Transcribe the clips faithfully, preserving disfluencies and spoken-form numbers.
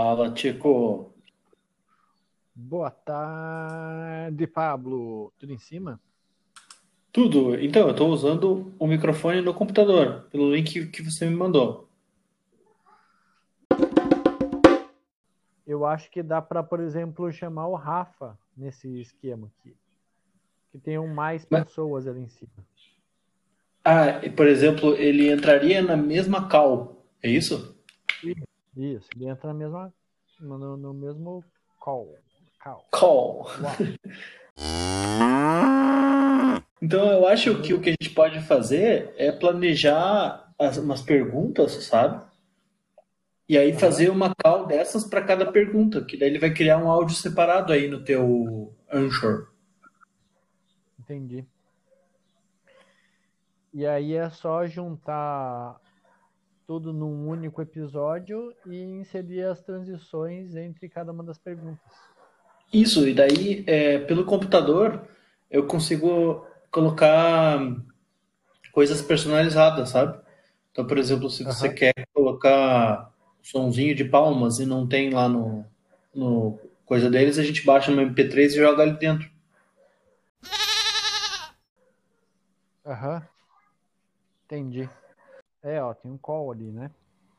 Fala, Tico. Boa tarde, Pablo. Tudo em cima? Tudo? Então, eu estou usando o microfone no computador, pelo link que você me mandou. Eu acho que dá para, por exemplo, chamar o Rafa nesse esquema aqui, que tenham mais Mas- pessoas ali em cima. ah, e, por exemplo, ele entraria na mesma call, é isso? Isso, isso. Ele entra na mesma, no, no mesmo call. Call. Call. Uau. Então, eu No acho que o mesmo... que a gente pode fazer é planejar as- umas perguntas, sabe? E aí Aham, fazer uma call dessas para cada pergunta, que daí ele vai criar um áudio separado aí no teu Anchor. entendi. E aí é só juntar tudo num único episódio e inserir as transições entre cada uma das perguntas. Isso, e daí, é, pelo computador, eu consigo colocar coisas personalizadas, sabe? Então, por exemplo, se você Aham. quer colocar sonzinho de palmas e não tem lá no, no coisa deles, a gente baixa no M P três e joga ali dentro. Aham. Entendi. É, ó, tem um call ali, né?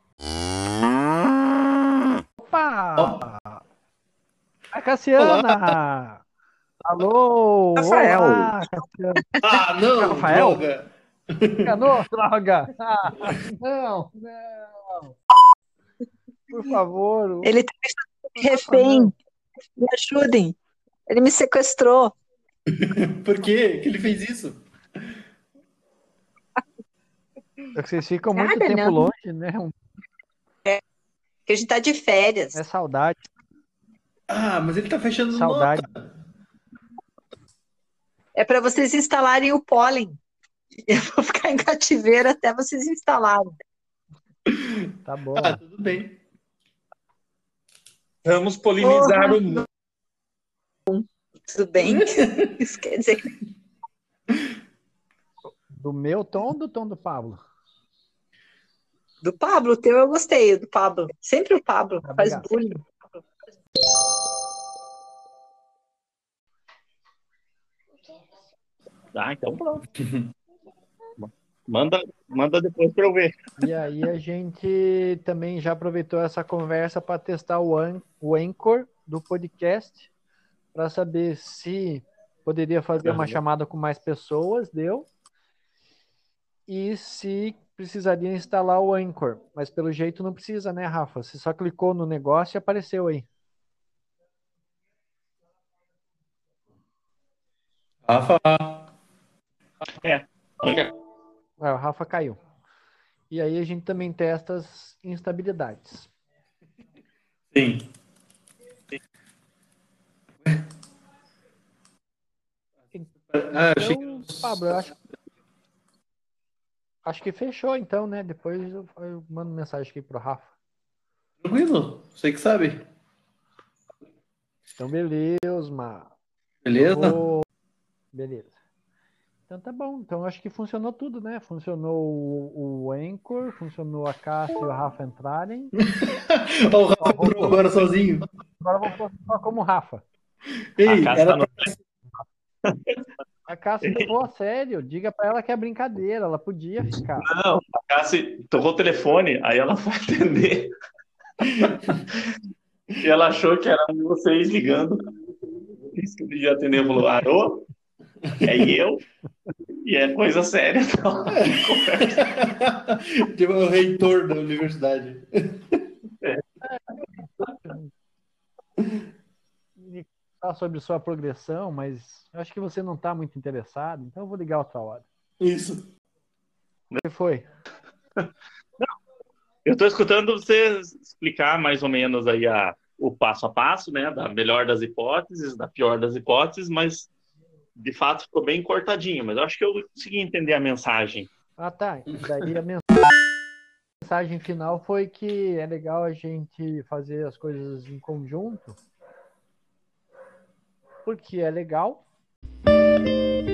Opa! Ó, A olá! Cassiana! Alô! Rafael, Olá, Cassiana! Ah, não, Rafael? droga! Enganou, droga! Ah, não, não! Por favor, ele tá me Rafa, não. refém, me ajudem. Ele me sequestrou. Por quê que ele fez isso? É que vocês ficam muito Nada, tempo não, longe, né? Um- que a gente tá de É férias. saudade, Ah, mas ele tá fechando nota. saudade. É para vocês instalarem o pólen. Eu vou ficar em cativeiro até vocês instalarem. Tá Ah, bom. tudo bem. Vamos polinizar Porra, o mundo. tudo bem? Isso quer dizer que Do meu tom ou do tom do Pablo? do Pablo, o teu eu gostei, do Pablo. Sempre o Pablo Tá, faz obrigado. bullying. Ah, então pronto. Manda, manda depois para eu ver. E aí a gente também já aproveitou essa conversa para testar o, An o Anchor do podcast, para saber se poderia fazer uma Aham. chamada com mais pessoas, deu, e se precisaria instalar o Anchor. Mas pelo jeito não precisa, né, Rafa? Você só clicou no negócio e apareceu aí. Rafa. É. Ah, o Rafa caiu. E aí a gente também testa as instabilidades. Sim. Ah, eu achei que era Então, Pablo, eu acho, acho que fechou então, né? Depois eu, eu mando mensagem aqui pro Rafa. tranquilo, você que sabe. Então, beleza, Mar. Eu Beleza? vou. Beleza. Então tá bom. Então acho que funcionou tudo, né? Funcionou o, o Anchor, funcionou a Cássia e o Rafa entrarem. Ó, o Rafa Ó, vou entrou pôr- agora sozinho. agora eu vou pôr só como Rafa. A Ei, casa era tá pra... no. A Cássia levou a sério. Diga pra ela que é brincadeira. Ela podia ficar. Não, a Cassi tocou o telefone, aí ela foi atender. E ela achou que era um de vocês ligando. Disse que podia atender, falou: Alô? É eu? E é coisa séria. Então, conversa. Tipo, é o reitor da universidade. E falar sobre sua progressão, mas eu acho que você não está muito interessado, então eu vou ligar outra hora. Isso. O que foi? Eu estou escutando você explicar mais ou menos aí a, o passo a passo, né? Da melhor das hipóteses, da pior das hipóteses, mas de fato ficou bem cortadinho. Mas eu acho que eu consegui entender a mensagem. Ah, tá. Daí a mensagem final foi que é legal a gente fazer as coisas em conjunto, porque é legal